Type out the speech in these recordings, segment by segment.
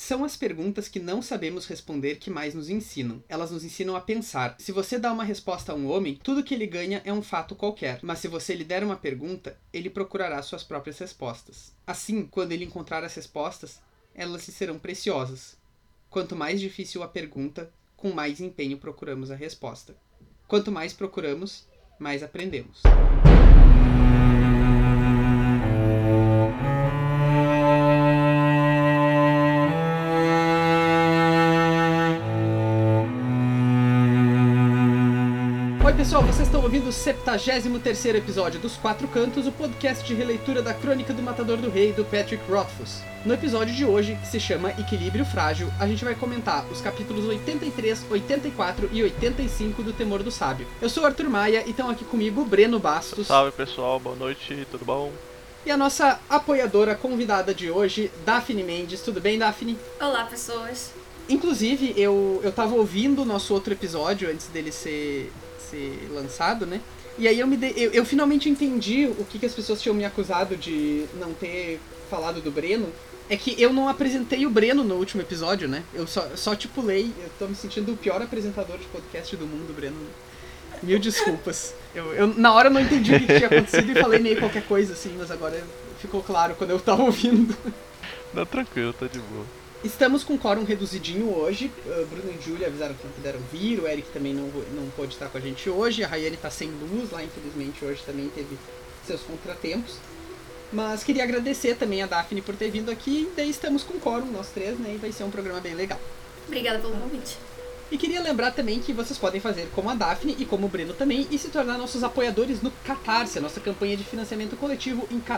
São as perguntas que não sabemos responder que mais nos ensinam. Elas nos ensinam a pensar. Se você dá uma resposta a um homem, tudo que ele ganha é um fato qualquer. Mas se você lhe der uma pergunta, ele procurará suas próprias respostas. Assim, quando ele encontrar as respostas, elas lhe serão preciosas. Quanto mais difícil a pergunta, com mais empenho procuramos a resposta. Quanto mais procuramos, mais aprendemos. Oi pessoal, vocês estão ouvindo o 73º episódio dos Quatro Cantos, o podcast de releitura da Crônica do Matador do Rei, do Patrick Rothfuss. No episódio de hoje, que se chama Equilíbrio Frágil, a gente vai comentar os capítulos 83, 84 e 85 do Temor do Sábio. Eu sou o Arthur Maia e estão aqui comigo o Breno Bastos. Salve pessoal, boa noite, tudo bom? E a nossa apoiadora convidada de hoje, Daphne Mendes. Tudo bem, Daphne? Olá, pessoas. Inclusive, eu tava ouvindo o nosso outro episódio antes dele ser lançado, né? E aí eu finalmente entendi o que as pessoas tinham me acusado de não ter falado do Breno. É que eu não apresentei o Breno no último episódio, né? Eu só pulei. Eu tô me sentindo o pior apresentador de podcast do mundo, Breno. Mil desculpas. Eu na hora não entendi o que tinha acontecido e falei meio qualquer coisa, assim, mas agora ficou claro quando eu tava ouvindo. Não, tranquilo, tá de boa. Estamos com quórum reduzidinho hoje. Bruno e Júlia avisaram que não puderam vir. O Eric também não pôde estar com a gente hoje. A Rayane tá sem luz lá, infelizmente, hoje também teve seus contratempos. Mas queria agradecer também a Daphne por ter vindo aqui. E daí estamos com quórum, nós três, né? E vai ser um programa bem legal. Obrigada pelo convite. E queria lembrar também que vocês podem fazer como a Daphne e como o Breno também e se tornar nossos apoiadores no Catarse, a nossa campanha de financiamento coletivo em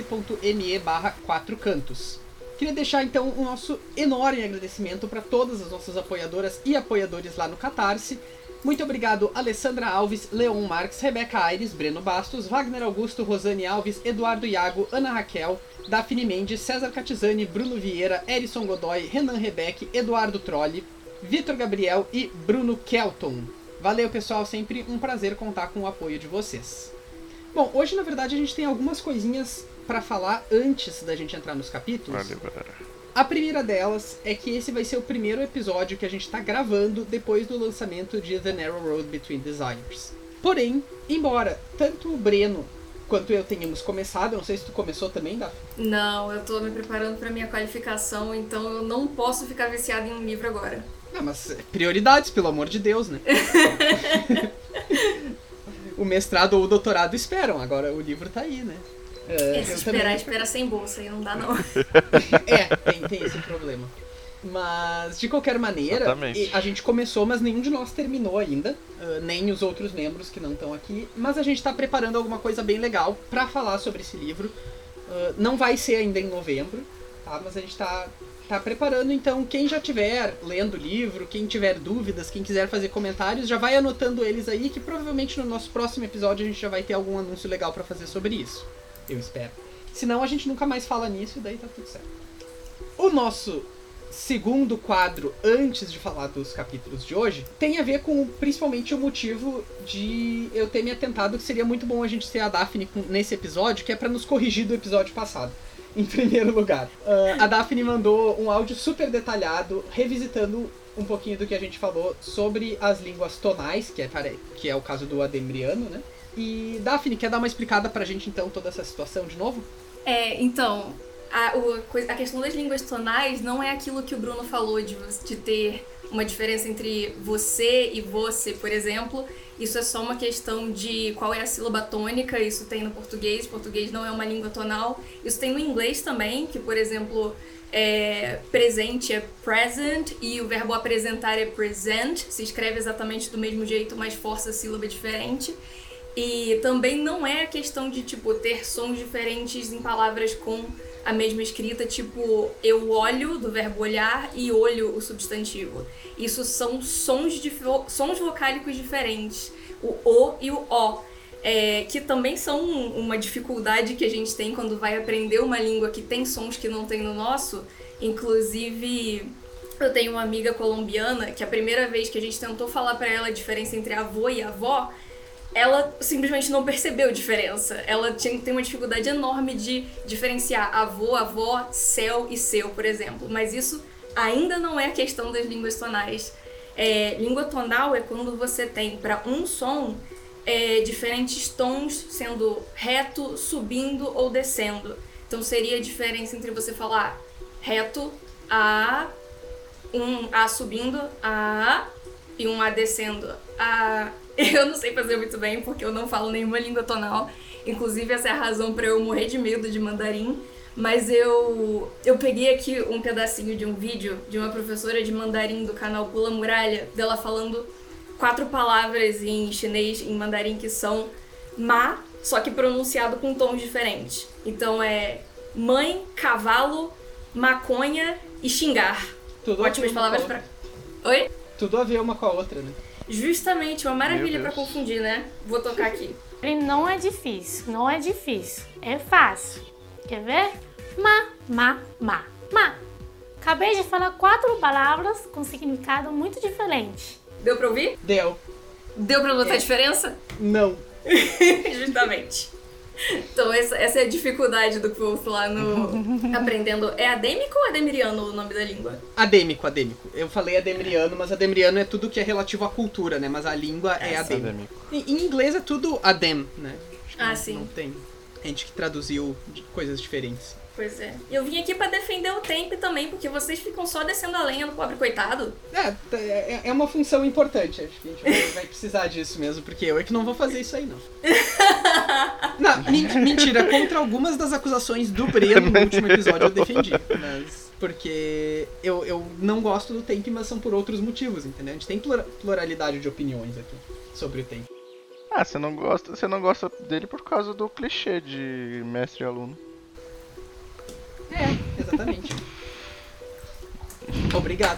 catarse.me/quatrocantos. Queria deixar então o nosso enorme agradecimento para todas as nossas apoiadoras e apoiadores lá no Catarse. Muito obrigado Alessandra Alves, Leon Marques, Rebeca Aires, Breno Bastos, Wagner Augusto, Rosane Alves, Eduardo Iago, Ana Raquel, Daphne Mendes, César Catizani, Bruno Vieira, Erison Godoy, Renan Rebeck, Eduardo Trolli, Vitor Gabriel e Bruno Kelton. Valeu pessoal, sempre um prazer contar com o apoio de vocês. Bom, hoje na verdade a gente tem algumas coisinhas pra falar antes da gente entrar nos capítulos. Valeu, galera. A primeira delas é que esse vai ser o primeiro episódio que a gente tá gravando depois do lançamento de The Narrow Road Between Desires. Porém, embora tanto o Breno quanto eu tenhamos começado, não sei se tu começou também, Daphne? Não, eu tô me preparando pra minha qualificação, então eu não posso ficar viciada em um livro agora. Não, mas prioridades, pelo amor de Deus, né? O mestrado ou o doutorado esperam, agora o livro tá aí, né? Espera sem bolsa, aí não dá não. Tem esse problema. Mas, de qualquer maneira, Exatamente. A gente começou, mas nenhum de nós terminou ainda. Nem os outros membros que não estão aqui. Mas a gente tá preparando alguma coisa bem legal pra falar sobre esse livro. Não vai ser ainda em novembro, tá? Mas a gente tá preparando, então quem já tiver lendo o livro, quem tiver dúvidas, quem quiser fazer comentários, já vai anotando eles aí, que provavelmente no nosso próximo episódio a gente já vai ter algum anúncio legal pra fazer sobre isso. Eu espero. Senão a gente nunca mais fala nisso e daí tá tudo certo. O nosso segundo quadro, antes de falar dos capítulos de hoje, tem a ver com principalmente o motivo de eu ter me atentado que seria muito bom a gente ter a Daphne nesse episódio, que é pra nos corrigir do episódio passado. Em primeiro lugar, a Daphne mandou um áudio super detalhado, revisitando um pouquinho do que a gente falou sobre as línguas tonais, que é o caso do adembriano, né? E, Daphne, quer dar uma explicada pra gente, então, toda essa situação de novo? Então, a questão das línguas tonais não é aquilo que o Bruno falou de ter uma diferença entre você e você, por exemplo. Isso é só uma questão de qual é a sílaba tônica, isso tem no português não é uma língua tonal. Isso tem no inglês também, que, por exemplo, presente é present e o verbo apresentar é present, se escreve exatamente do mesmo jeito, mas força a sílaba diferente. E também não é a questão de, ter sons diferentes em palavras com a mesma escrita, eu olho, do verbo olhar, e olho, o substantivo. Isso são sons vocálicos diferentes, o O e o O, que também são uma dificuldade que a gente tem quando vai aprender uma língua que tem sons que não tem no nosso. Inclusive, eu tenho uma amiga colombiana que a primeira vez que a gente tentou falar pra ela a diferença entre avô e avó, ela simplesmente não percebeu a diferença. Ela tem uma dificuldade enorme de diferenciar avô, avó, céu e seu, por exemplo. Mas isso ainda não é a questão das línguas tonais. Língua tonal é quando você tem para um som diferentes tons sendo reto, subindo ou descendo. Então seria a diferença entre você falar reto, A, um A subindo, A, e um A descendo, A. Eu não sei fazer muito bem porque eu não falo nenhuma língua tonal. Inclusive essa é a razão para eu morrer de medo de mandarim. Mas eu peguei aqui um pedacinho de um vídeo de uma professora de mandarim do canal Pula Muralha, dela falando 4 palavras em chinês, em mandarim, que são ma, só que pronunciado com tons diferentes. Então é mãe, cavalo, maconha e xingar. Tudo Ótimas palavras pra... Oi? Tudo a ver uma com a outra, né? Justamente, uma maravilha pra confundir, né? Vou tocar aqui. Não é difícil, não é difícil. É fácil. Quer ver? Ma. Acabei de falar 4 palavras com significado muito diferente. Deu pra ouvir? Deu. Deu pra notar a diferença? Não. Justamente. Então essa é a dificuldade do Kvothe lá no aprendendo. É adêmico ou ademiriano o nome da língua? Adêmico. Eu falei ademiriano, mas ademiriano é tudo que é relativo à cultura, né? Mas a língua é adêmico. Em inglês é tudo adem, né? Sim. Não tem gente que traduziu de coisas diferentes. Pois é. Eu vim aqui pra defender o tempo também, porque vocês ficam só descendo a lenha no pobre coitado. É uma função importante. Acho que a gente vai precisar disso mesmo, porque eu é que não vou fazer isso aí, não. Não, mentira. Contra algumas das acusações do Breno no último episódio eu defendi. Mas porque eu não gosto do Temp, mas são por outros motivos, entendeu? A gente tem pluralidade de opiniões aqui sobre o Temp. Você não gosta dele por causa do clichê de mestre e aluno. Exatamente. Obrigado.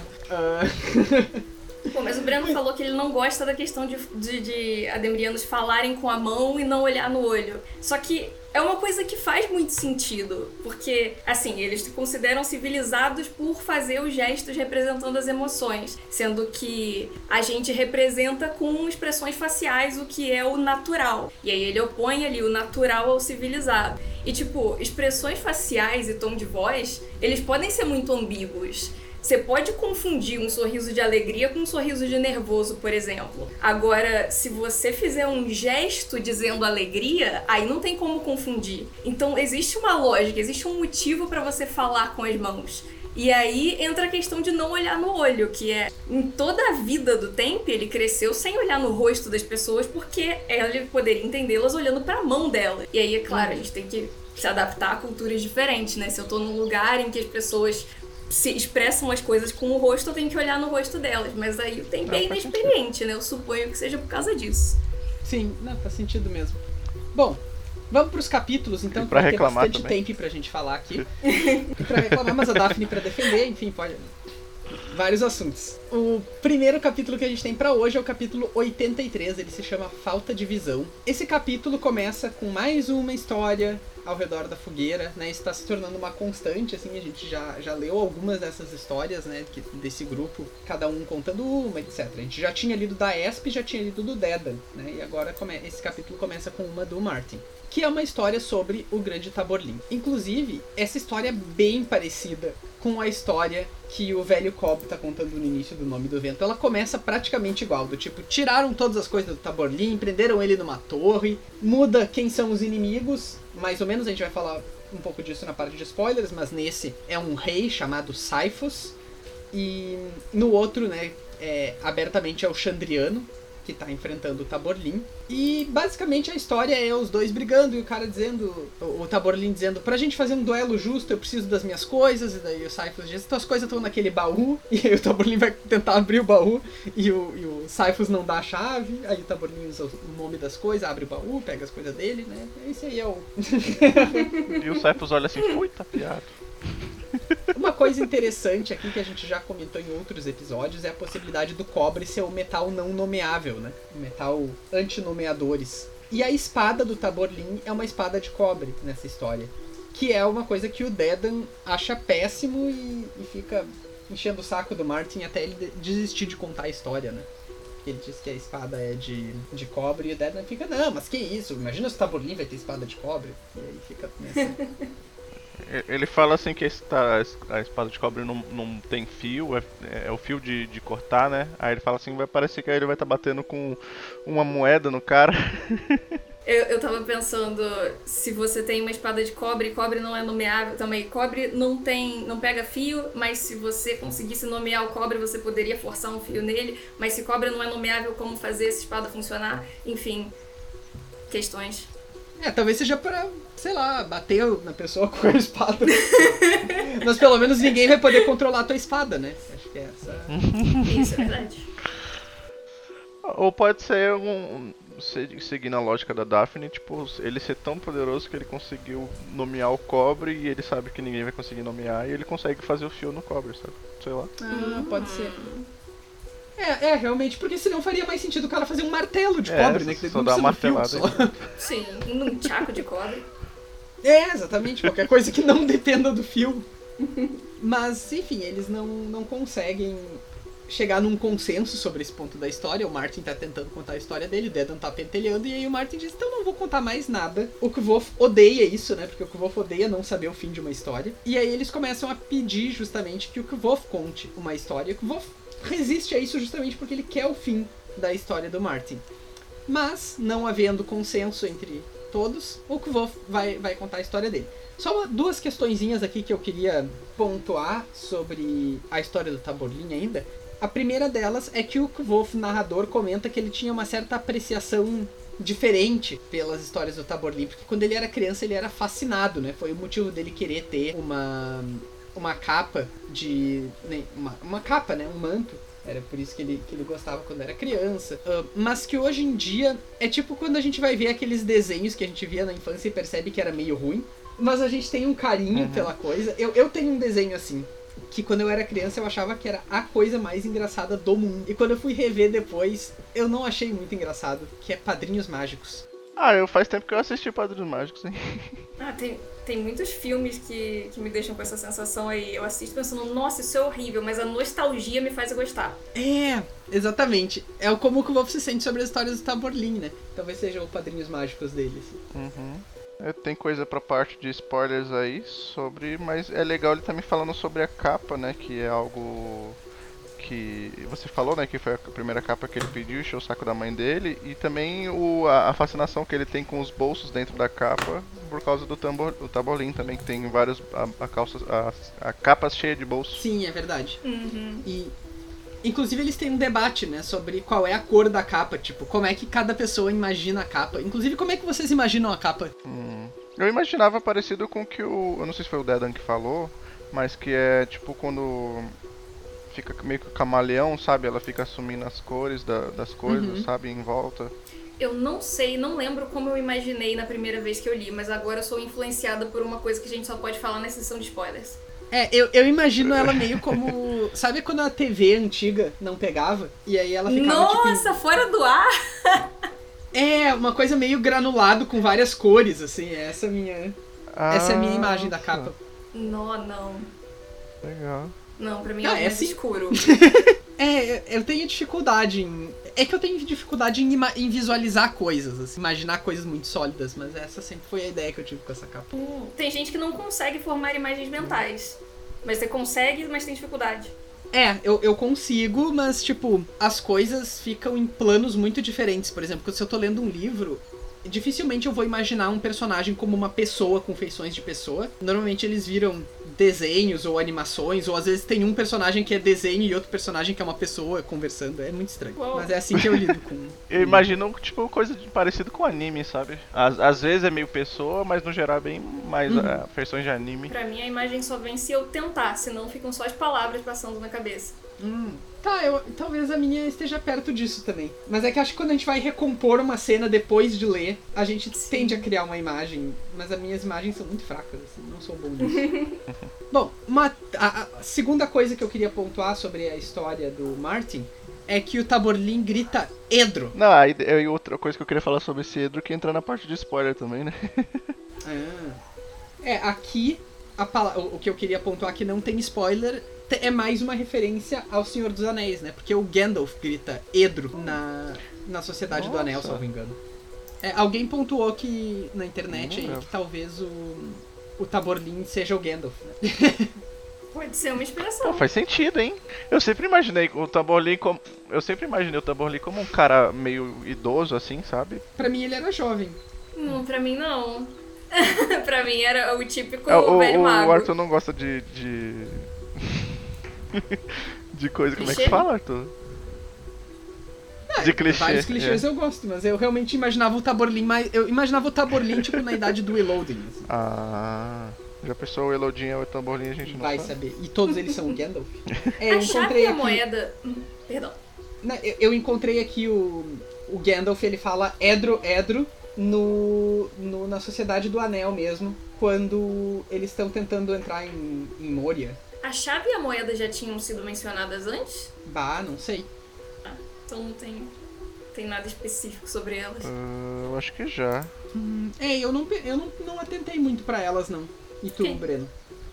Pô, mas o Breno falou que ele não gosta da questão de ademirianos falarem com a mão e não olhar no olho. Só que é uma coisa que faz muito sentido, porque, assim, eles se consideram civilizados por fazer os gestos representando as emoções, sendo que a gente representa com expressões faciais o que é o natural. E aí ele opõe ali o natural ao civilizado. E, tipo, expressões faciais e tom de voz, eles podem ser muito ambíguos. Você pode confundir um sorriso de alegria com um sorriso de nervoso, por exemplo. Agora, se você fizer um gesto dizendo alegria, aí não tem como confundir. Então, existe uma lógica, existe um motivo para você falar com as mãos. E aí entra a questão de não olhar no olho, que é, em toda a vida do Temp, ele cresceu sem olhar no rosto das pessoas, porque ele poderia entendê-las olhando para a mão dela. E aí, é claro, a gente tem que se adaptar a culturas diferentes, né? Se eu tô num lugar em que as pessoas se expressam as coisas com o rosto, eu tenho que olhar no rosto delas. Mas aí o Temp é inexperiente, né? Eu suponho que seja por causa disso. Sim, não, faz sentido mesmo. Bom, vamos pros capítulos, então, e pra tem reclamar bastante também. tempo pra gente falar aqui. E pra reclamar, mas a Daphne pra defender, enfim, pode... Vários assuntos. O primeiro capítulo que a gente tem pra hoje é o capítulo 83, ele se chama Falta de Visão. Esse capítulo começa com mais uma história ao redor da fogueira, né? Isso tá se tornando uma constante, assim, a gente já leu algumas dessas histórias, né? Desse grupo, cada um contando uma, etc. A gente já tinha lido da Esp, já tinha lido do Dedan, né? E agora esse capítulo começa com uma do Martin, que é uma história sobre o Grande Taborlin. Inclusive, essa história é bem parecida com a história que o velho Cobb tá contando no início do Nome do Vento. Ela começa praticamente igual, do tipo, tiraram todas as coisas do Taborlin, prenderam ele numa torre, muda quem são os inimigos, mais ou menos, a gente vai falar um pouco disso na parte de spoilers, mas nesse é um rei chamado Saifos, e no outro, né, abertamente é o Chandriano, que tá enfrentando o Taborlin. E basicamente a história é os dois brigando e o cara dizendo, o Taborlin dizendo, pra gente fazer um duelo justo eu preciso das minhas coisas, e daí o Saifos diz, tuas coisas estão naquele baú, e aí o Taborlin vai tentar abrir o baú e o Saifos não dá a chave, aí o Taborlin usa o nome das coisas, abre o baú, pega as coisas dele, né? Esse aí é o... E o Saifos olha assim, fui tapeado. Uma coisa interessante aqui que a gente já comentou em outros episódios é a possibilidade do cobre ser o metal não nomeável, né? O metal antinomeadores. E a espada do Taborlin é uma espada de cobre nessa história. Que é uma coisa que o Dedan acha péssimo e fica enchendo o saco do Martin até ele desistir de contar a história, né? Ele diz que a espada é de cobre e o Dedan fica, não, mas que isso? Imagina se o Taborlin vai ter espada de cobre. E aí fica nessa... Ele fala assim que a espada de cobre não tem fio, é o fio de cortar, né? Aí ele fala assim, vai parecer que aí ele vai estar batendo com uma moeda no cara. Eu tava pensando, se você tem uma espada de cobre, cobre não é nomeável também. Cobre não pega fio, mas se você conseguisse nomear o cobre, você poderia forçar um fio nele. Mas se cobre não é nomeável, como fazer essa espada funcionar? Enfim, questões. Talvez seja pra, sei lá, bater na pessoa com a espada. Mas pelo menos ninguém vai poder controlar a tua espada, né? Acho que é essa. Isso é verdade. Ou pode ser seguindo a lógica da Daphne, tipo, ele ser tão poderoso que ele conseguiu nomear o cobre e ele sabe que ninguém vai conseguir nomear e ele consegue fazer o fio no cobre, sabe? Sei lá. Pode ser. Realmente, porque senão faria mais sentido o cara fazer um martelo de cobre, né? Que só dá uma martelada. Sim, um tchaco de cobre. Exatamente, qualquer coisa que não dependa do fio. Mas, enfim, eles não conseguem chegar num consenso sobre esse ponto da história. O Martin tá tentando contar a história dele, o Dedan tá pentelhando, e aí o Martin diz, então não vou contar mais nada. O Kvof odeia isso, né, porque o Kvof odeia não saber o fim de uma história. E aí eles começam a pedir justamente que o Kvof conte uma história. O Kvof resiste a isso justamente porque ele quer o fim da história do Martin. Mas, não havendo consenso entre todos, o Kvof vai contar a história dele. Só duas questõezinhas aqui que eu queria pontuar sobre a história do Taborlin ainda. A primeira delas é que o Kvof, narrador, comenta que ele tinha uma certa apreciação diferente pelas histórias do Taborlin, porque quando ele era criança ele era fascinado, né? Foi o motivo dele querer ter uma capa de... uma capa, né? Um manto. Era por isso que ele gostava quando era criança. Mas que hoje em dia é tipo quando a gente vai ver aqueles desenhos que a gente via na infância e percebe que era meio ruim. Mas a gente tem um carinho pela coisa. Eu tenho um desenho assim, que quando eu era criança eu achava que era a coisa mais engraçada do mundo. E quando eu fui rever depois, eu não achei muito engraçado, que é Padrinhos Mágicos. Faz tempo que eu assisti Padrinhos Mágicos, hein? Tem muitos filmes que me deixam com essa sensação aí. Eu assisto pensando, nossa, isso é horrível, mas a nostalgia me faz gostar. Exatamente. É como o Kvof se sente sobre as histórias do Taborlin, né? Talvez sejam os Padrinhos Mágicos deles. Tem coisa pra parte de spoilers aí mas é legal ele também falando sobre a capa, né, que é algo que você falou, né, que foi a primeira capa que ele pediu, encheu o saco da mãe dele, e também a fascinação que ele tem com os bolsos dentro da capa, por causa do Taborlin também, que tem vários, a capa cheia de bolsos. Sim, é verdade. E inclusive eles têm um debate, né, sobre qual é a cor da capa, tipo, como é que cada pessoa imagina a capa. Inclusive, como é que vocês imaginam a capa? Eu imaginava parecido com o que eu não sei se foi o Dedan que falou, mas que é tipo quando fica meio que camaleão, sabe? Ela fica assumindo as cores das coisas, sabe? Em volta. Eu não sei, não lembro como eu imaginei na primeira vez que eu li, mas agora eu sou influenciada por uma coisa que a gente só pode falar na sessão de spoilers. Eu imagino ela meio como... Sabe quando a TV antiga não pegava? E aí ela ficava Nossa, tipo... fora do ar! Uma coisa meio granulado com várias cores, assim. Essa é a minha imagem da capa. Não. Legal. Não, pra mim é mais assim? escuro. Eu tenho dificuldade em... É que eu tenho dificuldade em visualizar coisas, assim, imaginar coisas muito sólidas, mas essa sempre foi a ideia que eu tive com essa capa. Tem gente que não consegue formar imagens mentais. Mas você consegue, mas tem dificuldade. Eu consigo, mas, tipo, as coisas ficam em planos muito diferentes. Por exemplo, se eu tô lendo um livro, dificilmente eu vou imaginar um personagem como uma pessoa com feições de pessoa. Normalmente eles viram desenhos ou animações, ou às vezes tem um personagem que é desenho e outro personagem que é uma pessoa conversando. É muito estranho. Uou. Mas é assim que eu lido com... Eu imagino, tipo, coisa parecido com anime, sabe? Às vezes é meio pessoa, mas no geral é bem mais versões de anime. Pra mim a imagem só vem se eu tentar, senão ficam só as palavras passando na cabeça. Talvez a minha esteja perto disso também. Mas é que acho que quando a gente vai recompor uma cena depois de ler, a gente tende a criar uma imagem. Mas as minhas imagens são muito fracas, assim, não sou bom nisso. Bom, a segunda coisa que eu queria pontuar sobre a história do Martin é que o Taborlin grita Edro. Não, aí outra coisa que eu queria falar sobre esse Edro que entra na parte de spoiler também, né? Aqui o que eu queria pontuar que não tem spoiler é mais uma referência ao Senhor dos Anéis, né? Porque o Gandalf grita Edro na Sociedade do Anel, salvo engano. Alguém pontuou que na internet aí que talvez o Taborlin seja o Gandalf, né? Pode ser uma inspiração. Pô, faz sentido, hein? Eu sempre imaginei o Taborlin como... um cara meio idoso, assim, sabe? Pra mim ele era jovem. Pra mim não. Pra mim era o típico O velho mago. Arthur não gosta de coisa, como é que Clichê? fala, Arthur? De clichê. Vários clichês eu gosto, mas eu realmente imaginava o Taborlin mais... Eu imaginava o Taborlin, tipo, na idade do Elodin, assim. Ah... Já pensou o Elodin ou o Taborlin, a gente não Vai sabe. saber. E todos eles são o Gandalf. É, eu A chave encontrei e a aqui... moeda... Perdão. Eu encontrei aqui o Gandalf, ele fala Edro na Sociedade do Anel mesmo, quando eles estão tentando entrar em Moria. A chave e a moeda já tinham sido mencionadas antes? Bah, não sei. Então não tem nada específico sobre elas. Eu acho que já. Eu não atentei muito pra elas, não. E tu, Breno?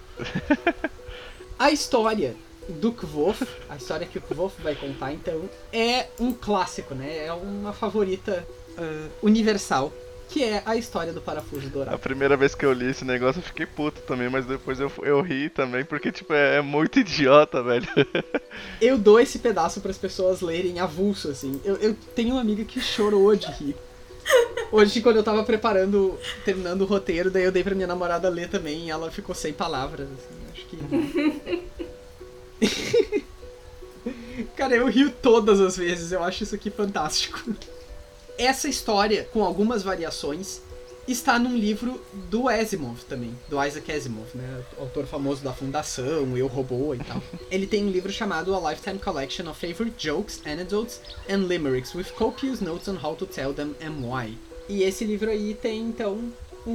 A história do Kvof, a história que o Kvof vai contar, então, é um clássico, né? É uma favorita universal, que é a história do Parafuso A Dourado. primeira vez que eu li esse negócio eu fiquei puto também, mas depois eu ri também, porque, tipo, é muito idiota, velho. Eu dou esse pedaço pras pessoas lerem avulso, assim. Eu tenho uma amiga que chorou de rir. Hoje, quando eu tava terminando o roteiro, daí eu dei pra minha namorada ler também e ela ficou sem palavras, assim. Acho que... Cara, eu rio todas as vezes, eu acho isso aqui fantástico. Essa história, com algumas variações, está num livro do Asimov também, do Isaac Asimov, né? Autor famoso da Fundação, Eu, Robô e tal. Ele tem um livro chamado A Lifetime Collection of Favorite Jokes, Anecdotes and Limericks with copious notes on how to tell them and why. E esse livro aí tem, então,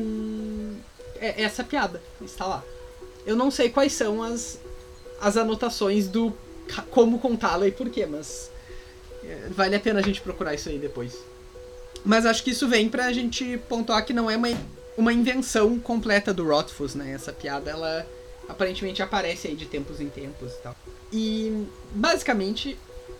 essa piada, está lá. Eu não sei quais são as anotações do como contá-la e por quê, mas vale a pena a gente procurar isso aí depois. Mas acho que isso vem pra gente pontuar que não é uma invenção completa do Rothfuss, né? Essa piada, ela aparentemente aparece aí de tempos em tempos e tal. E, basicamente,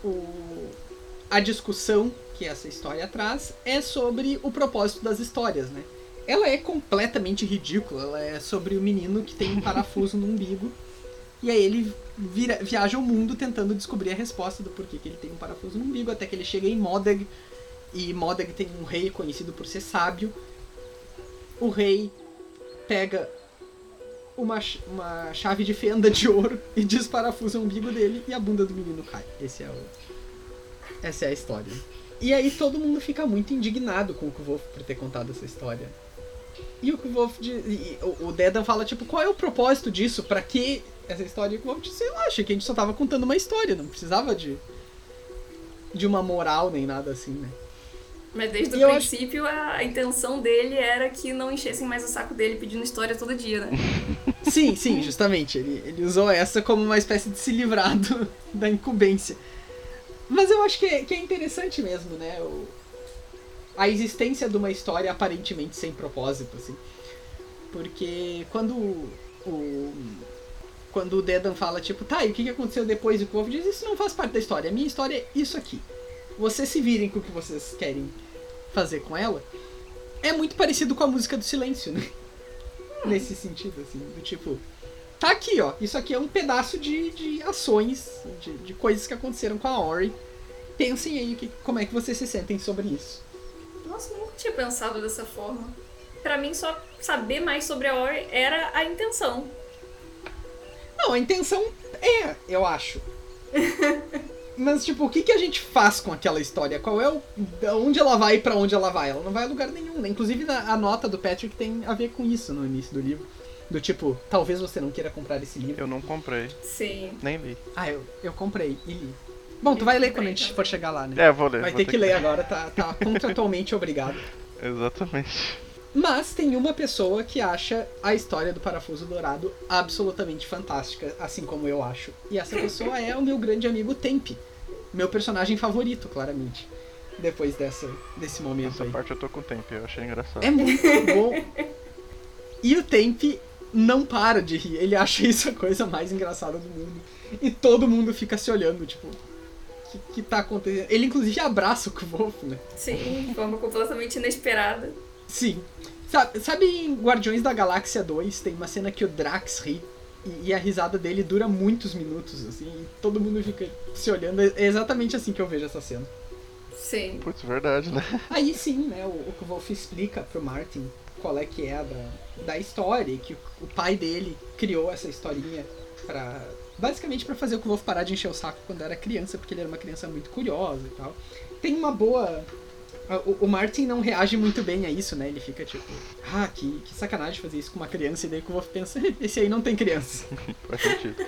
a discussão que essa história traz é sobre o propósito das histórias, né? Ela é completamente ridícula, ela é sobre o menino que tem um parafuso no umbigo, e aí ele viaja o mundo tentando descobrir a resposta do porquê que ele tem um parafuso no umbigo, até que ele chega em Modeg, e Modeg tem um rei conhecido por ser sábio. O rei pega uma chave de fenda de ouro e desparafusa o umbigo dele e a bunda do menino cai. Essa é a história. E aí todo mundo fica muito indignado com o Kvof por ter contado essa história. E o Kvof o Dedan fala, tipo, qual é o propósito disso? Pra que essa história? E o Kvof diz, sei lá, achei que a gente só tava contando uma história, não precisava de uma moral nem nada assim, né? Mas desde o princípio a intenção dele era que não enchessem mais o saco dele pedindo história todo dia, né? Sim, justamente. Ele usou essa como uma espécie de se livrar da incumbência. Mas eu acho que é interessante mesmo, né? A existência de uma história aparentemente sem propósito, assim. Porque quando o Dedan fala, tipo, tá, e o que aconteceu depois? E o povo diz, isso não faz parte da história. A minha história é isso aqui. Vocês se virem com o que vocês querem fazer com ela. É muito parecido com a música do silêncio, né? Nesse sentido, assim, do tipo... Tá aqui, ó. Isso aqui é um pedaço de ações, de coisas que aconteceram com a Ori. Pensem aí como é que vocês se sentem sobre isso. Nossa, eu nunca tinha pensado dessa forma. Pra mim, só saber mais sobre a Ori era a intenção. Não, a intenção eu acho. Mas, tipo, o que a gente faz com aquela história? Qual é onde ela vai e pra onde ela vai? Ela não vai a lugar nenhum, né? Inclusive, a nota do Patrick tem a ver com isso no início do livro. Do tipo, talvez você não queira comprar esse livro. Eu não comprei. Sim. Nem li. Ah, eu comprei e li. Bom, tu vai ler quando a gente for chegar lá, né? É, vou ler. Vai ter que ler agora, tá contratualmente obrigado. Exatamente. Mas tem uma pessoa que acha a história do Parafuso Dourado absolutamente fantástica, assim como eu acho. E essa pessoa é o meu grande amigo Tempe. Meu personagem favorito, claramente. Depois desse momento Essa aí. parte eu tô com o tempo, eu achei engraçado. É muito bom. E o Tempe não para de rir. Ele acha isso a coisa mais engraçada do mundo. E todo mundo fica se olhando, tipo... O que tá acontecendo? Ele, inclusive, abraça o Kvof, né? Sim, de forma completamente inesperada. Sim. Sabe em Guardiões da Galáxia 2 tem uma cena que o Drax ri e a risada dele dura muitos minutos, assim, e todo mundo fica se olhando. É exatamente assim que eu vejo essa cena. Sim. Putz, verdade, né? Aí sim, né, o Kvolf explica pro Martin qual é que é da história, e que o pai dele criou essa historinha basicamente pra fazer o Kvolf parar de encher o saco quando era criança, porque ele era uma criança muito curiosa e tal. Tem uma boa... O Martin não reage muito bem a isso, né? Ele fica tipo, que sacanagem fazer isso com uma criança, e daí o Kvolf pensa, esse aí não tem criança. Faz sentido.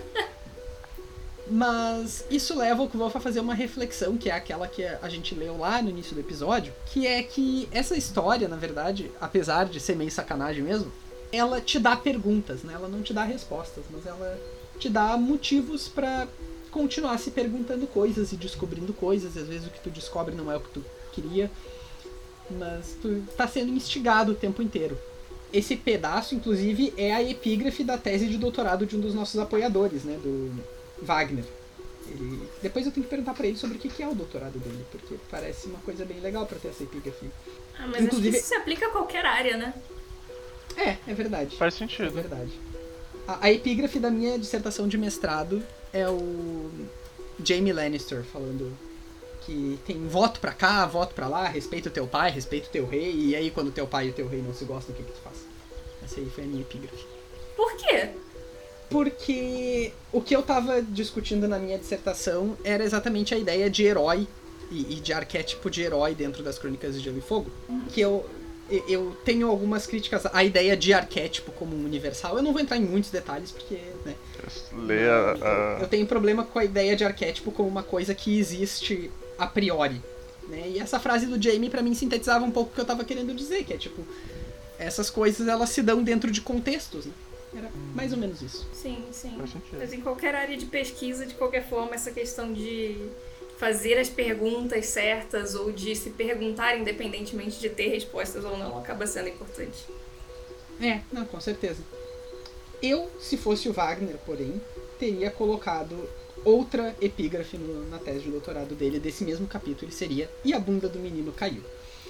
Mas isso leva o Kvolf a fazer uma reflexão, que é aquela que a gente leu lá no início do episódio, que é que essa história, na verdade, apesar de ser meio sacanagem mesmo, ela te dá perguntas, né? Ela não te dá respostas, mas ela te dá motivos pra continuar se perguntando coisas e descobrindo coisas, e às vezes o que tu descobre não é o que tu queria, mas tu tá sendo instigado o tempo inteiro. Esse pedaço, inclusive, é a epígrafe da tese de doutorado de um dos nossos apoiadores, né, do Wagner. Depois eu tenho que perguntar pra ele sobre o que é o doutorado dele, porque parece uma coisa bem legal pra ter essa epígrafe. Mas inclusive, acho que isso se aplica a qualquer área, né? É verdade. Faz sentido. É verdade. A epígrafe da minha dissertação de mestrado é o Jaime Lannister falando que tem voto pra cá, voto pra lá, respeita o teu pai, respeita o teu rei, e aí quando o teu pai e o teu rei não se gostam, o que tu faz? Essa aí foi a minha epígrafe. Por quê? Porque o que eu tava discutindo na minha dissertação era exatamente a ideia de herói e de arquétipo de herói dentro das Crônicas de Gelo e Fogo, que eu tenho algumas críticas à ideia de arquétipo como um universal. Eu não vou entrar em muitos detalhes, porque, né, eu tenho problema com a ideia de arquétipo como uma coisa que existe a priori, né? E essa frase do Jaime pra mim sintetizava um pouco o que eu tava querendo dizer, que é tipo, essas coisas elas se dão dentro de contextos, né? Era mais ou menos isso. Sim, sim. Faz sentido. Mas em qualquer área de pesquisa, de qualquer forma, essa questão de fazer as perguntas certas ou de se perguntar independentemente de ter respostas ou não acaba sendo importante. Não, com certeza. Eu, se fosse o Wagner, porém, teria colocado outra epígrafe na tese de doutorado dele, desse mesmo capítulo, e seria "E a bunda do menino caiu".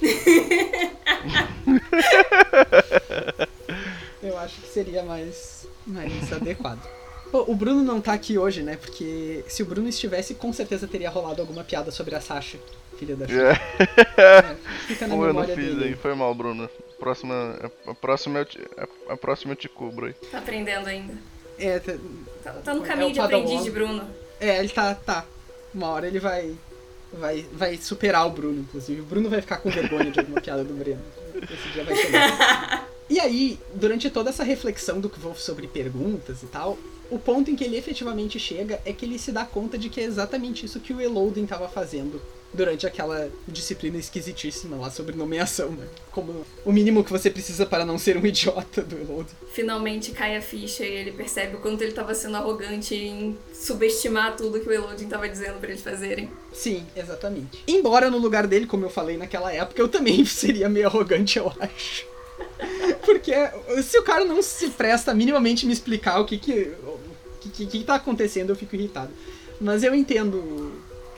Eu acho que seria mais adequado. Pô, o Bruno não tá aqui hoje, né? Porque se o Bruno estivesse, com certeza teria rolado alguma piada sobre a Sasha, filha da Sasha. Fica na memória dele. Eu não fiz aí, foi mal, Bruno. A próxima eu te cubro aí. Tá aprendendo ainda. Tá no é caminho o de aprendiz de Bruno. Ele tá. Uma hora ele vai superar o Bruno, inclusive. O Bruno vai ficar com vergonha de alguma piada do Breno. Esse dia vai chegar. E aí, durante toda essa reflexão do Kvolf sobre perguntas e tal, o ponto em que ele efetivamente chega é que ele se dá conta de que é exatamente isso que o Elodin estava fazendo durante aquela disciplina esquisitíssima lá sobre nomeação, né? Como o mínimo que você precisa para não ser um idiota do Elodin. Finalmente cai a ficha e ele percebe o quanto ele estava sendo arrogante em subestimar tudo que o Elodin estava dizendo para eles fazerem. Sim, exatamente. Embora no lugar dele, como eu falei naquela época, eu também seria meio arrogante, eu acho. Porque se o cara não se presta a minimamente me explicar o que tá acontecendo, eu fico irritado. Mas eu entendo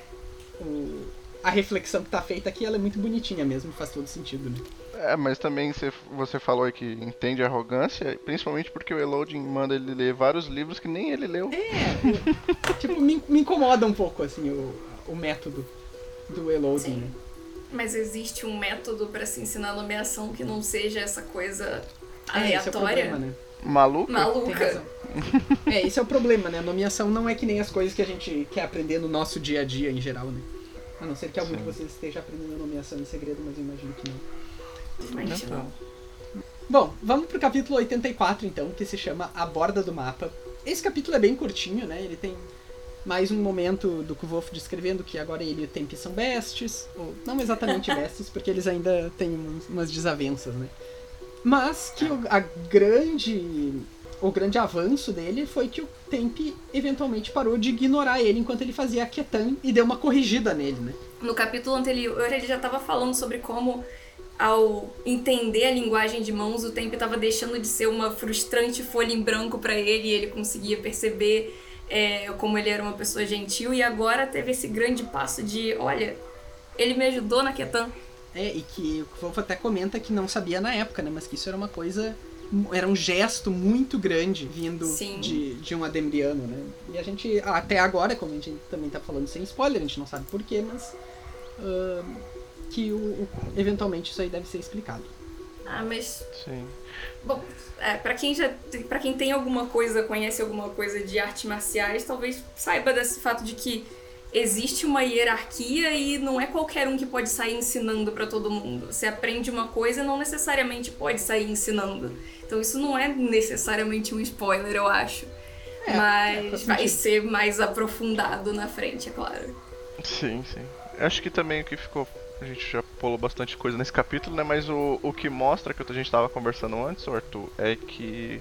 a reflexão que tá feita aqui, ela é muito bonitinha mesmo, faz todo sentido, né? Mas também você falou aí que entende a arrogância, principalmente porque o Elodin manda ele ler vários livros que nem ele leu. Tipo, me incomoda um pouco, assim, o método do Elodin, né? Mas existe um método pra se ensinar nomeação que não seja essa coisa aleatória? Esse é o problema, né? Maluca? Tem razão. Esse é o problema, né? A nomeação não é que nem as coisas que a gente quer aprender no nosso dia a dia em geral, né? A não ser que algum de vocês esteja aprendendo a nomeação em segredo, mas eu imagino que não. Mas não. Bom, vamos pro capítulo 84 então, que se chama A Borda do Mapa. Esse capítulo é bem curtinho, né? Ele tem mais um momento do Kvolf descrevendo que agora ele e o Tempi são bestes, ou não exatamente bestes, porque eles ainda têm umas desavenças, né? Mas que o grande avanço dele foi que o Tempi eventualmente parou de ignorar ele enquanto ele fazia a Ketan e deu uma corrigida nele, né? No capítulo anterior ele já estava falando sobre como, ao entender a linguagem de mãos, o Tempi estava deixando de ser uma frustrante folha em branco para ele, e ele conseguia perceber como ele era uma pessoa gentil, e agora teve esse grande passo de, olha, ele me ajudou na Ketan, E que o Kvolf até comenta que não sabia na época, né? Mas que isso era uma coisa... Era um gesto muito grande vindo de um Ademriano, né? E a gente, até agora, como a gente também tá falando sem spoiler, a gente não sabe porquê, mas... que eventualmente isso aí deve ser explicado. Mas... Sim. Bom, pra quem tem alguma coisa, conhece alguma coisa de artes marciais, talvez saiba desse fato de que existe uma hierarquia e não é qualquer um que pode sair ensinando pra todo mundo. Você aprende uma coisa e não necessariamente pode sair ensinando. Então isso não é necessariamente um spoiler, eu acho. Mas vai ser mais aprofundado na frente, é claro. Sim. Acho que também o que ficou... A gente já pulou bastante coisa nesse capítulo, né? Mas o que mostra, que a gente estava conversando antes, Arthur, é que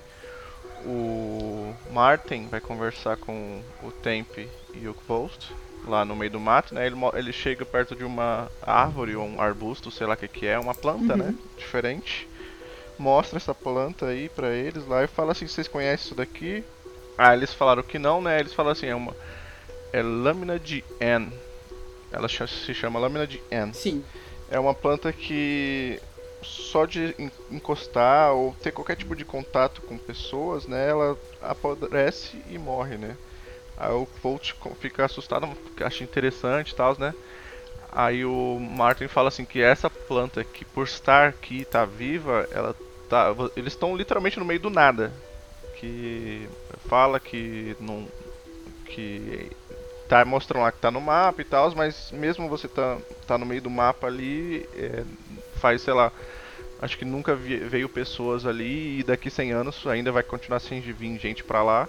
o Martin vai conversar com o Tempe e o Kvolf lá no meio do mato, né? Ele chega perto de uma árvore ou um arbusto, sei lá o que é, uma planta, né? Diferente. Mostra essa planta aí pra eles lá e fala assim, vocês conhecem isso daqui? Eles falaram que não, né? Eles falaram assim, é lâmina de N. Ela se chama lâmina de N. Sim. É uma planta que só de encostar ou ter qualquer tipo de contato com pessoas, né? Ela apodrece e morre, né? Aí o Kvolf fica assustado, acha interessante e tal, né? Aí o Martin fala assim que essa planta que por estar aqui, tá viva, eles estão literalmente no meio do nada. Que fala que não... que... mostram lá que tá no mapa e tal, mas mesmo você tá no meio do mapa ali, faz, sei lá, acho que nunca veio pessoas ali e daqui 100 anos ainda vai continuar sem vir gente pra lá.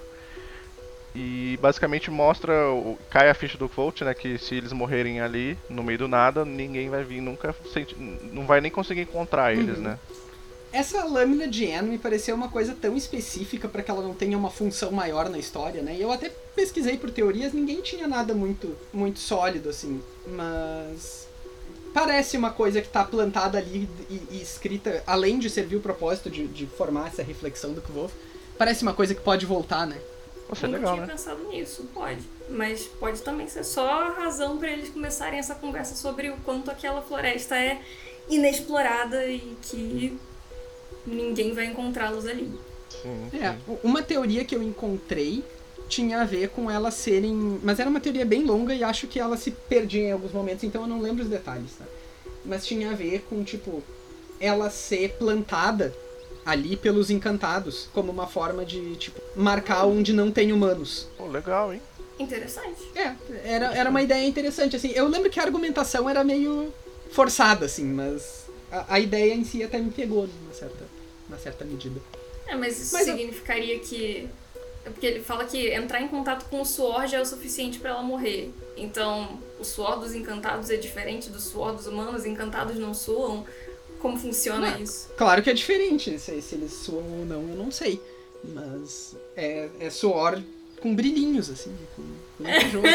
E basicamente mostra, cai a ficha do Kvolf, né, que se eles morrerem ali no meio do nada, ninguém vai vir nunca, não vai nem conseguir encontrar eles, né. Essa lâmina de N me pareceu uma coisa tão específica para que ela não tenha uma função maior na história, né? E eu até pesquisei por teorias, ninguém tinha nada muito sólido, assim. Mas parece uma coisa que tá plantada ali e escrita, além de servir o propósito de formar essa reflexão do Kvolf, parece uma coisa que pode voltar, né? Nossa, Eu legal, não tinha pensado nisso, pode. Mas pode também ser só a razão para eles começarem essa conversa sobre o quanto aquela floresta é inexplorada e que... ninguém vai encontrá-los ali. Sim. Uma teoria que eu encontrei tinha a ver com elas serem... Mas era uma teoria bem longa e acho que ela se perdia em alguns momentos, então eu não lembro os detalhes, tá? Mas tinha a ver com, tipo, ela ser plantada ali pelos encantados, como uma forma de, tipo, marcar onde não tem humanos. Pô, legal, hein? Interessante. Era uma ideia interessante, assim. Eu lembro que a argumentação era meio forçada, assim, mas... A ideia em si até me pegou, numa certa medida. Mas isso significaria que... Porque ele fala que entrar em contato com o suor já é o suficiente pra ela morrer. Então, o suor dos encantados é diferente do suor dos humanos? Encantados não suam? Como funciona isso? Claro que é diferente. Se eles suam ou não, eu não sei. Mas é suor com brilhinhos, assim. Com jogo.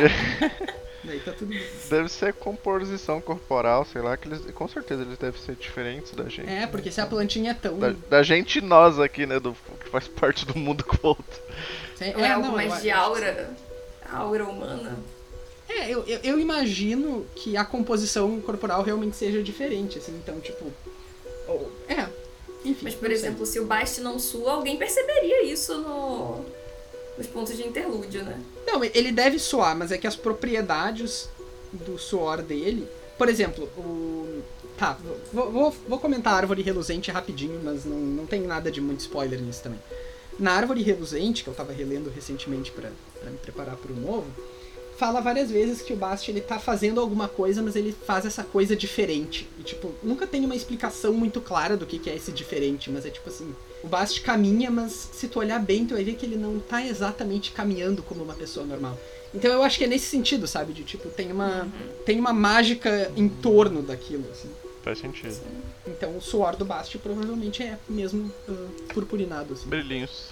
Daí tá tudo bem. Deve ser composição corporal, sei lá, que eles, com certeza eles devem ser diferentes da gente. Porque se a plantinha é tão... Da gente e nós aqui, né, que faz parte do mundo Kvolf. Ou é algo mais de aura humana? Eu imagino que a composição corporal realmente seja diferente, assim, então, tipo... enfim. Mas, por exemplo, se o Bast não sua, alguém perceberia isso nos pontos de interlúdio, né? Não, ele deve suar, mas é que as propriedades do suor dele... Por exemplo, vou comentar a árvore reluzente rapidinho, mas não tem nada de muito spoiler nisso também. Na árvore reluzente, que eu tava relendo recentemente pra me preparar pro novo, fala várias vezes que o Bast, ele tá fazendo alguma coisa, mas ele faz essa coisa diferente. E, tipo, nunca tem uma explicação muito clara do que é esse diferente, mas é tipo assim... O Bast caminha, mas se tu olhar bem, tu vai ver que ele não tá exatamente caminhando como uma pessoa normal. Então eu acho que é nesse sentido, sabe? De, tipo, tem uma mágica em torno daquilo, assim. Faz sentido. Então o suor do Bast provavelmente é mesmo purpurinado, assim. Brilhinhos.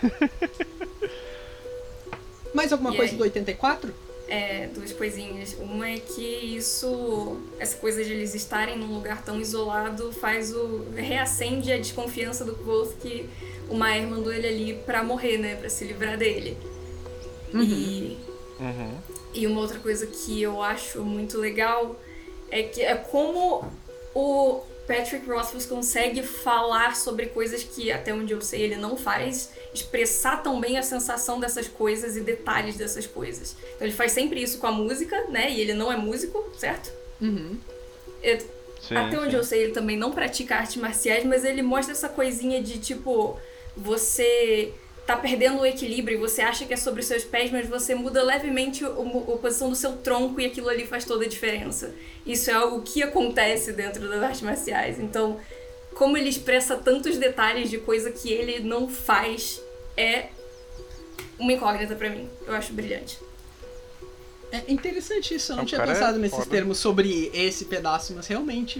Mais alguma coisa do 84? Duas coisinhas. Uma é que essa coisa de eles estarem num lugar tão isolado reacende a desconfiança do Kvolf que o Maer mandou ele ali pra morrer, né? Pra se livrar dele. E uma outra coisa que eu acho muito legal é como o Patrick Rothfuss consegue falar sobre coisas que, até onde eu sei, ele não faz, expressar tão bem a sensação dessas coisas e detalhes dessas coisas. Então ele faz sempre isso com a música, né? E ele não é músico, certo? Uhum. Até onde eu sei, ele também não pratica artes marciais, mas ele mostra essa coisinha de, tipo, você tá perdendo o equilíbrio e você acha que é sobre os seus pés, mas você muda levemente a posição do seu tronco e aquilo ali faz toda a diferença. Isso é algo que acontece dentro das artes marciais. Então, como ele expressa tantos detalhes de coisa que ele não faz, é uma incógnita pra mim. Eu acho brilhante. É interessante isso, eu não O tinha cara pensado é nesses foda. termos sobre esse pedaço, mas realmente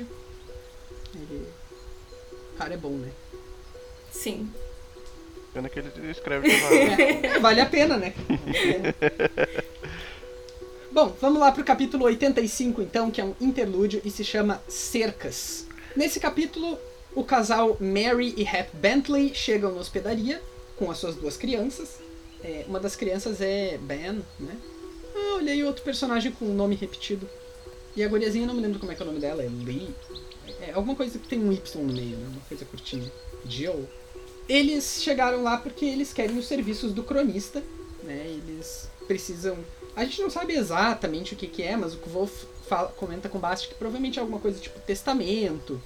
o cara é bom, né? Sim. Pena que ele escreve devagar. Vale a pena, né? Vale a pena. Bom, vamos lá pro capítulo 85 então, que é um interlúdio e se chama Cercas. Nesse capítulo, o casal Mary e Hap Bentley chegam na hospedaria com as suas duas crianças. Uma das crianças é Ben, né? Ah, olha aí outro personagem com um nome repetido. E a guriazinha, eu não me lembro como é que é o nome dela, é Lee. É alguma coisa que tem um Y no meio, né? Uma coisa curtinha. Jill. Eles chegaram lá porque eles querem os serviços do cronista, né? Eles precisam... A gente não sabe exatamente o que é, mas o Kvolf comenta com Bast que provavelmente é alguma coisa tipo testamento,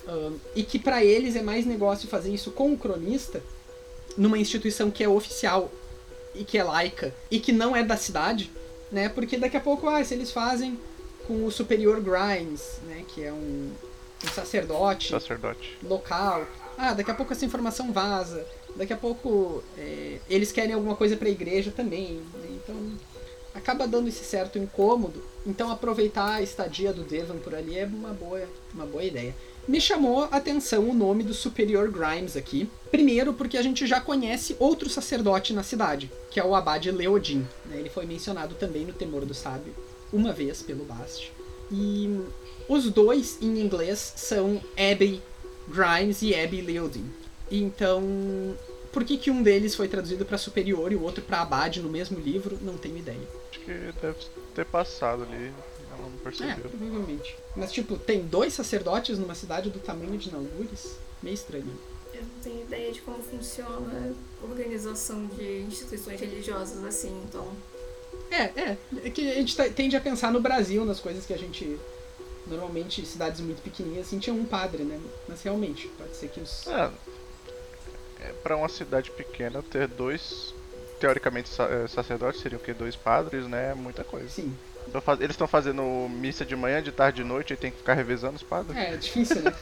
e que pra eles é mais negócio fazer isso com o cronista numa instituição que é oficial e que é laica e que não é da cidade, né? Porque daqui a pouco, se eles fazem com o Superior Grimes, né? Que é um sacerdote local... daqui a pouco essa informação vaza, daqui a pouco eles querem alguma coisa pra igreja também, né? Então acaba dando esse certo incômodo. Então aproveitar a estadia do Devon por ali é uma boa ideia. Me chamou a atenção o nome do Superior Grimes aqui. Primeiro porque a gente já conhece outro sacerdote na cidade, que é o Abade Leodin, né? Ele foi mencionado também no Temor do Sábio, uma vez pelo Bast. E os dois em inglês são Abbey Grimes e Abby Leodin. Então, por que um deles foi traduzido para superior e o outro para abade no mesmo livro, não tenho ideia. Acho que deve ter passado ali, ela não percebeu. Provavelmente. Mas tipo, tem 2 sacerdotes numa cidade do tamanho de Nalgures? Meio estranho. Eu não tenho ideia de como funciona a organização de instituições religiosas assim, então... É que a gente tende a pensar no Brasil, nas coisas que a gente... Normalmente, cidades muito pequenininhas, assim, tinha um padre, né? Mas realmente, pode ser que os... Pra uma cidade pequena, ter 2, teoricamente, sacerdotes, seriam o quê? 2 padres, né? É muita coisa. Sim. Eles estão fazendo missa de manhã, de tarde, de noite, e tem que ficar revezando os padres? É difícil, né?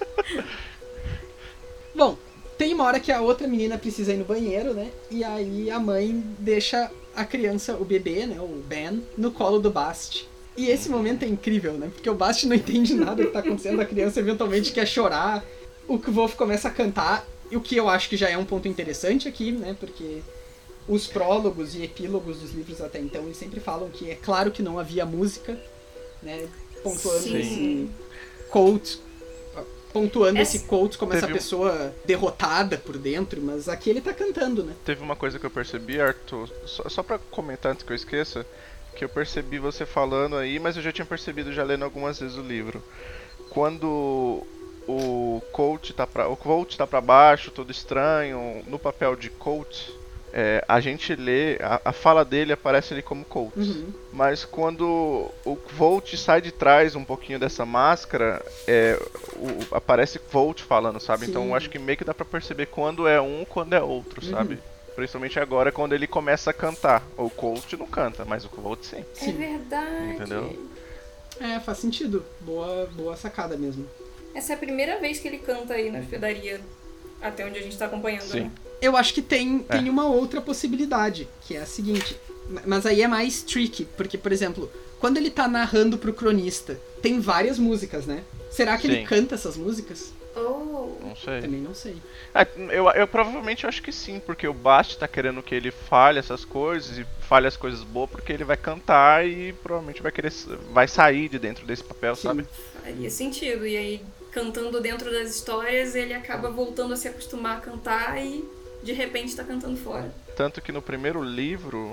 Bom, tem uma hora que a outra menina precisa ir no banheiro, né? E aí a mãe deixa a criança, o bebê, né? O Ben, no colo do Bast. E esse momento é incrível, né? Porque o Bast não entende nada do que tá acontecendo, a criança eventualmente quer chorar, o Kvolf começa a cantar, o que eu acho que já é um ponto interessante aqui, né? Porque os prólogos e epílogos dos livros até então, eles sempre falam que é claro que não havia música, né? Pontuando esse quote, esse quote como essa pessoa derrotada por dentro, mas aqui ele tá cantando, né? Teve uma coisa que eu percebi, Arthur, só pra comentar antes que eu esqueça, que eu percebi você falando aí, mas eu já tinha percebido já lendo algumas vezes o livro. Quando o Colt tá pra baixo, todo estranho, no papel de Colt, a gente lê, a fala dele aparece ali como Colt. Uhum. Mas quando o Volt sai de trás um pouquinho dessa máscara, aparece Volt falando, sabe? Sim. Então eu acho que meio que dá pra perceber quando é um, quando é outro, sabe? Principalmente agora, quando ele começa a cantar. O Colt não canta, mas o Volt sim. É verdade. Entendeu? Faz sentido. Boa sacada mesmo. Essa é a primeira vez que ele canta aí na hospedaria, até onde a gente tá acompanhando, Sim. né? Eu acho que tem uma outra possibilidade, que é a seguinte, mas aí é mais tricky, porque, por exemplo, quando ele tá narrando pro cronista, tem várias músicas, né? Será que ele canta essas músicas? Não sei. Também não sei. Eu provavelmente acho que sim, porque o Bast tá querendo que ele fale essas coisas e fale as coisas boas, porque ele vai cantar e provavelmente vai sair de dentro desse papel, Sim. sabe? Faria sentido, e aí cantando dentro das histórias, ele acaba voltando a se acostumar a cantar e de repente tá cantando fora. Tanto que no primeiro livro,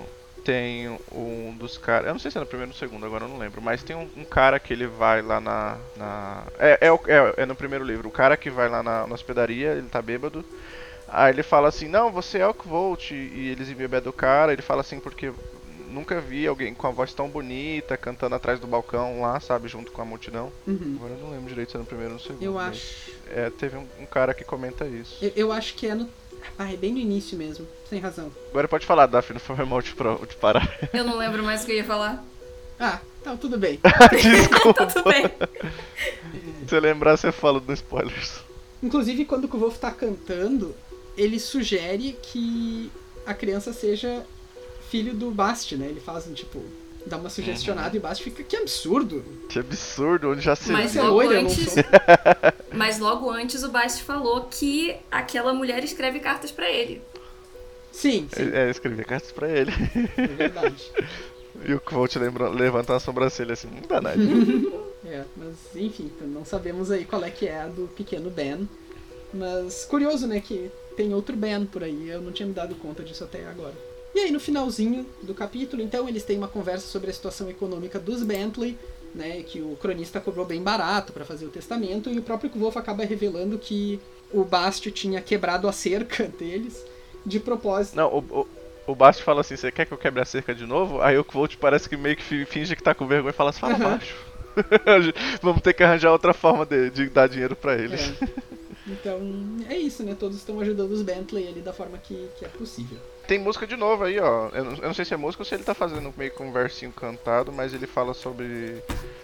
tem um dos caras, eu não sei se é no primeiro ou no segundo, agora eu não lembro, mas tem um cara que ele vai lá é no primeiro livro, o cara que vai lá na hospedaria, ele tá bêbado, aí ele fala assim, não, você é Elkvolt, e eles embebedam o cara, ele fala assim, porque nunca vi alguém com a voz tão bonita, cantando atrás do balcão lá, sabe, junto com a multidão. Agora eu não lembro direito se é no primeiro ou no segundo. Eu acho. Teve um cara que comenta isso. Eu acho que é no. Ah, é bem no início mesmo, sem razão. Agora pode falar, Daphne, não foi mal te parar. Eu não lembro mais o que eu ia falar. Ah, então tudo bem. Desculpa. Tá tudo bem. Se você lembrar, você fala dos spoilers. Inclusive, quando o Kvolf tá cantando, ele sugere que a criança seja filho do Bast, né? Ele faz tipo, dá uma sugestionada e o Bast fica, que absurdo. Que absurdo, onde já se Mas viu. logo, loira, eu não antes, sou. mas logo antes o Bast falou que aquela mulher escreve cartas pra ele. Sim, sim, Eu escrevi cartas pra ele. é verdade. E o Kvolt levanta a sobrancelha assim, não dá nada. Mas enfim, não sabemos aí qual é que é a do pequeno Ben. Mas curioso, né, que tem outro Ben por aí, eu não tinha me dado conta disso até agora. E aí no finalzinho do capítulo, então, eles têm uma conversa sobre a situação econômica dos Bentley, né, que o cronista cobrou bem barato para fazer o testamento, e o próprio Kvolf acaba revelando que o Bast tinha quebrado a cerca deles de propósito. Não, o Bast fala assim, você quer que eu quebre a cerca de novo? Aí o Kvolt parece que meio que finge que tá com vergonha e fala assim, fala baixo. Vamos ter que arranjar outra forma de dar dinheiro pra eles. Então, é isso, né? Todos estão ajudando os Bentley ali da forma que é possível. Tem música de novo aí, ó. Eu não sei se é música ou se ele tá fazendo meio que um versinho cantado, mas ele fala sobre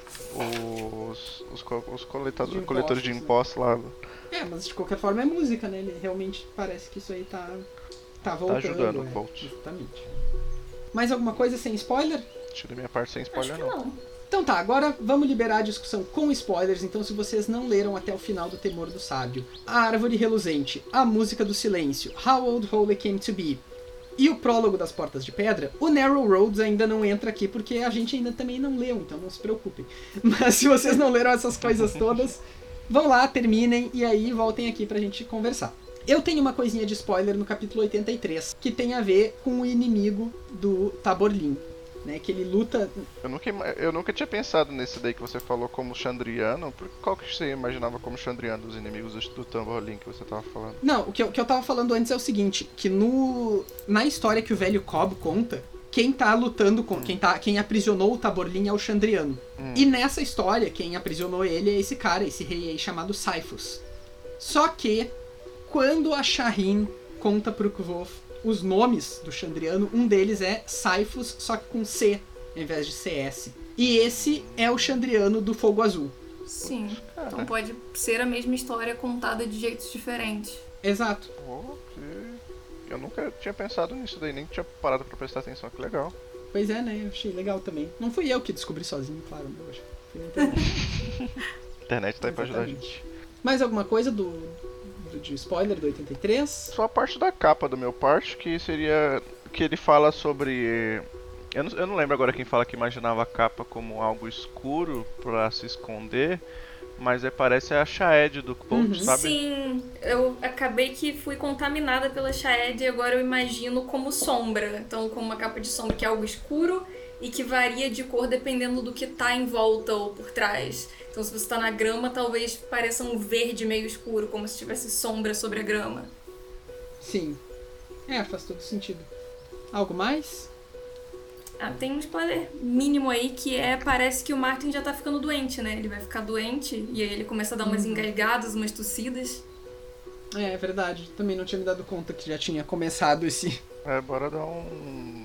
os coletores de impostos lá. Mas de qualquer forma é música, né? Ele realmente parece que isso aí tá voltando. Tá ajudando o Bolt. Exatamente. Mais alguma coisa sem spoiler? Tira da minha parte sem spoiler, Acho que não. Então tá, agora vamos liberar a discussão com spoilers. Então, se vocês não leram até o final do Temor do Sábio, A Árvore Reluzente, A Música do Silêncio, How Old Holy Came to Be e o prólogo das Portas de Pedra, o Narrow Roads ainda não entra aqui porque a gente ainda também não leu, então não se preocupem. Mas se vocês não leram essas coisas todas, vão lá, terminem e aí voltem aqui pra gente conversar. Eu tenho uma coisinha de spoiler no capítulo 83, que tem a ver com o inimigo do Taborlin. Né, que ele luta... Eu nunca tinha pensado nesse daí que você falou como Chandriano. Qual que você imaginava como Chandriano, os inimigos do Taborlin que você tava falando? Não, o que eu tava falando antes é o seguinte, que na história que o velho Cobb conta, quem tá lutando com... Quem aprisionou o Taborlin é o Chandriano. E nessa história, quem aprisionou ele é esse cara, esse rei aí chamado Sifus. Só que, quando a Shahrin conta pro Kvolf os nomes do Chandriano, um deles é Sifus, só que com C, ao invés de CS. E esse é o Chandriano do Fogo Azul. Sim, então pode ser a mesma história contada de jeitos diferentes. Exato. Ok. Eu nunca tinha pensado nisso daí, nem tinha parado pra prestar atenção, que legal. Pois é, né? Eu achei legal também. Não fui eu que descobri sozinho, claro, né? Eu acho que foi na internet. A internet tá aí pra ajudar a gente. Mais alguma coisa de spoiler do 83? Só a parte da capa do meu parte, que seria que ele fala sobre... Eu não lembro agora quem fala que imaginava a capa como algo escuro pra se esconder, mas parece a Shaed do Kvolf, sabe? Sim, eu acabei que fui contaminada pela Shaed e agora eu imagino como sombra. Então, como uma capa de sombra que é algo escuro e que varia de cor dependendo do que tá em volta ou por trás. Então, se você tá na grama, talvez pareça um verde meio escuro, como se tivesse sombra sobre a grama. Sim. Faz todo sentido. Algo mais? Tem um spoiler mínimo aí que parece que o Martin já tá ficando doente, né? Ele vai ficar doente e aí ele começa a dar umas engasgadas, umas tossidas. É verdade. Também não tinha me dado conta que já tinha começado esse... Bora dar um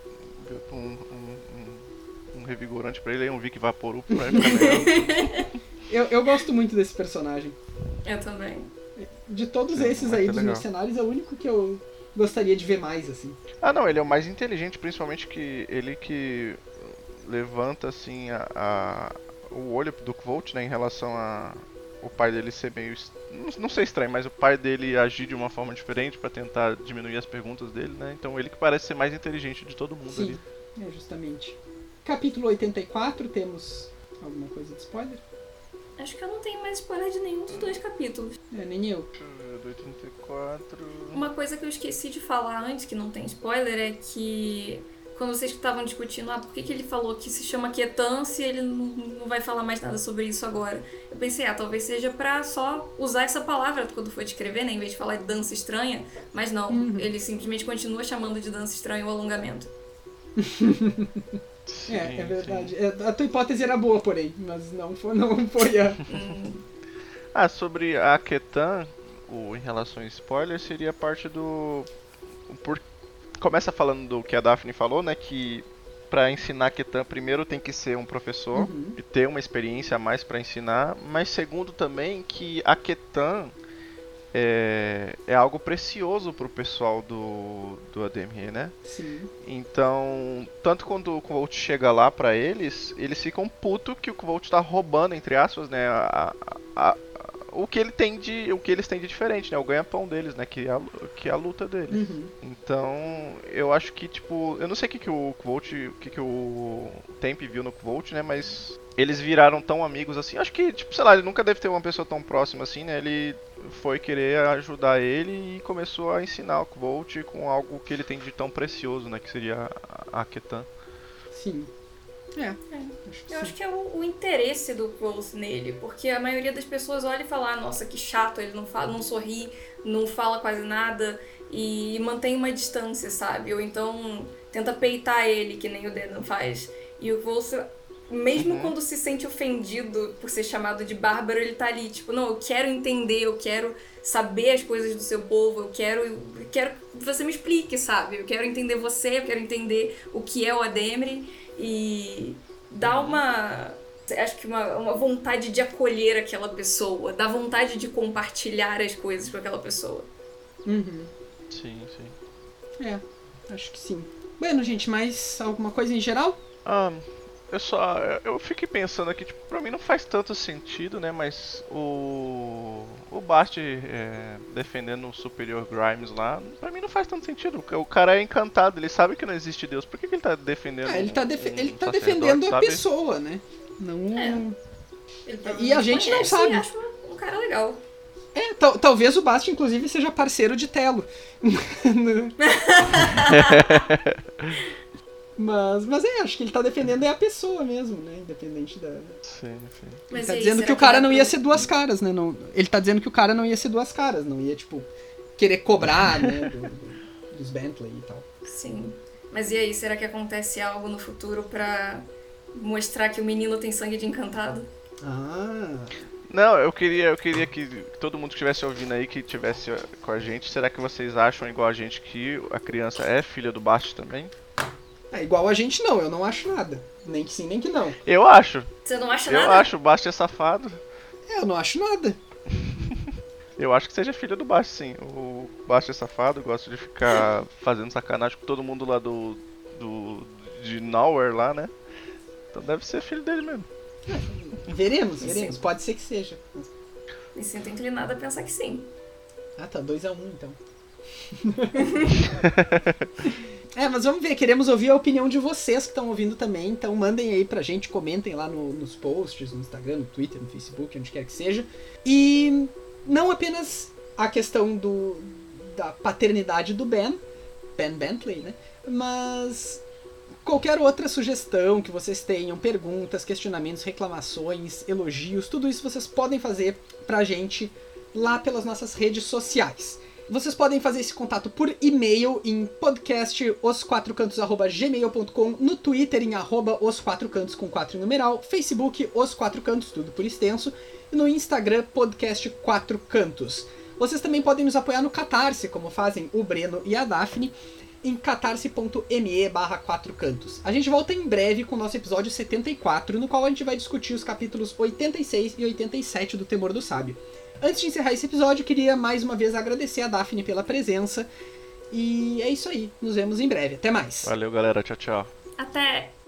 revigorante pra ele aí, um Vic Vaporub pra ele ficar melhor. Eu gosto muito desse personagem. Eu também. De todos esses aí dos legal. mercenários, é o único que eu gostaria de ver mais, assim. Não, ele é o mais inteligente, principalmente que ele que levanta, assim, o olho do Kvolf, né, em relação a o pai dele ser meio... Não sei estranho, mas o pai dele agir de uma forma diferente pra tentar diminuir as perguntas dele, né? Então ele que parece ser mais inteligente de todo mundo. Sim, ali. Justamente. Capítulo 84, temos alguma coisa de spoiler? Acho que eu não tenho mais spoiler de nenhum dos dois capítulos. Nem eu. Do 84... Uma coisa que eu esqueci de falar antes, que não tem spoiler, é que quando vocês estavam discutindo, por que ele falou que se chama Ketan se ele não vai falar mais nada sobre isso agora? Eu pensei, talvez seja pra só usar essa palavra quando for descrever, né? Em vez de falar de dança estranha. Mas não, ele simplesmente continua chamando de dança estranha o alongamento. Sim, É verdade. A tua hipótese era boa, porém, mas não foi a... Sobre a Ketan, em relação a spoiler, seria parte do... Começa falando do que a Daphne falou, né, que pra ensinar Ketan, primeiro tem que ser um professor e ter uma experiência a mais pra ensinar, mas segundo também que a Ketan é algo precioso pro pessoal do ADMR, né? Sim. Então, tanto quando o Kvolt chega lá pra eles ficam putos que o Kvolt tá roubando, entre aspas, né, o que eles têm de diferente, né? O ganha-pão deles, né? Que é a luta deles. Então, eu acho que, tipo... Eu não sei o que o Kvolt... O que o Temp viu no Kvolt, né? Mas eles viraram tão amigos assim. Acho que, tipo, sei lá, ele nunca deve ter uma pessoa tão próxima assim, né? Ele foi querer ajudar ele e começou a ensinar o Kvolt com algo que ele tem de tão precioso, né? Que seria a Ketan. Sim. Eu acho que é o interesse do Kvolt nele, porque a maioria das pessoas olha e fala, nossa, que chato, ele não sorri, não fala quase nada e mantém uma distância, sabe? Ou então tenta peitar ele, que nem o Dedan faz. E o Kvolt, mesmo quando se sente ofendido por ser chamado de bárbaro, ele tá ali, tipo, não, eu quero entender, eu quero saber as coisas do seu povo, eu quero que você me explique, sabe? Eu quero entender você, eu quero entender o que é o ADMR. E dá acho que uma vontade de acolher aquela pessoa, dá vontade de compartilhar as coisas com aquela pessoa. Sim. Acho que sim. Bueno, gente, mais alguma coisa em geral? Eu fiquei pensando aqui, tipo, pra mim não faz tanto sentido, né, mas o Bast defendendo o Superior Grimes lá, pra mim não faz tanto sentido. O cara é encantado, ele sabe que não existe Deus, por que ele tá defendendo ele tá defendendo a pessoa, né? Não... E a gente não sabe. Eu acho um cara legal. Talvez o Bast, inclusive, seja parceiro de Telo. Mas acho que ele tá defendendo a pessoa mesmo, né? Independente da... Sim. Ele tá dizendo que o cara não ia ser duas caras, né? Ele tá dizendo que o cara não ia ser duas caras, não ia, tipo, querer cobrar, né? Dos Bentley e tal. Sim. Mas e aí, será que acontece algo no futuro pra mostrar que o menino tem sangue de encantado? Não, eu queria que todo mundo que estivesse ouvindo aí, que estivesse com a gente, será que vocês acham igual a gente que a criança é filha do Bast também? Igual a gente não, eu não acho nada. Nem que sim, nem que não. Eu acho. Você não acha nada? Eu acho, o Bast é safado. Eu não acho nada. Eu acho que seja filho do Bast, sim. O Bast é safado, gosta de ficar fazendo sacanagem com todo mundo lá de Nowhere lá, né? Então deve ser filho dele mesmo. Veremos. Pode ser que seja. Me sinto inclinada a pensar que sim. Tá 2-1 então. Mas vamos ver, queremos ouvir a opinião de vocês que estão ouvindo também, então mandem aí pra gente, comentem lá nos posts, no Instagram, no Twitter, no Facebook, onde quer que seja. E não apenas a questão da paternidade do Ben Bentley, né? Mas qualquer outra sugestão que vocês tenham, perguntas, questionamentos, reclamações, elogios, tudo isso vocês podem fazer pra gente lá pelas nossas redes sociais. Vocês podem fazer esse contato por e-mail em podcastosquatrocantos@gmail.com, no Twitter em @os4cantos com 4 em numeral, Facebook Os Quatro Cantos, tudo por extenso, e no Instagram podcast 4 Cantos. Vocês também podem nos apoiar no Catarse, como fazem o Breno e a Daphne, em catarse.me/4cantos. A gente volta em breve com o nosso episódio 74, no qual a gente vai discutir os capítulos 86 e 87 do Temor do Sábio. Antes de encerrar esse episódio, eu queria mais uma vez agradecer a Daphne pela presença. E é isso aí. Nos vemos em breve. Até mais. Valeu, galera. Tchau, tchau. Até!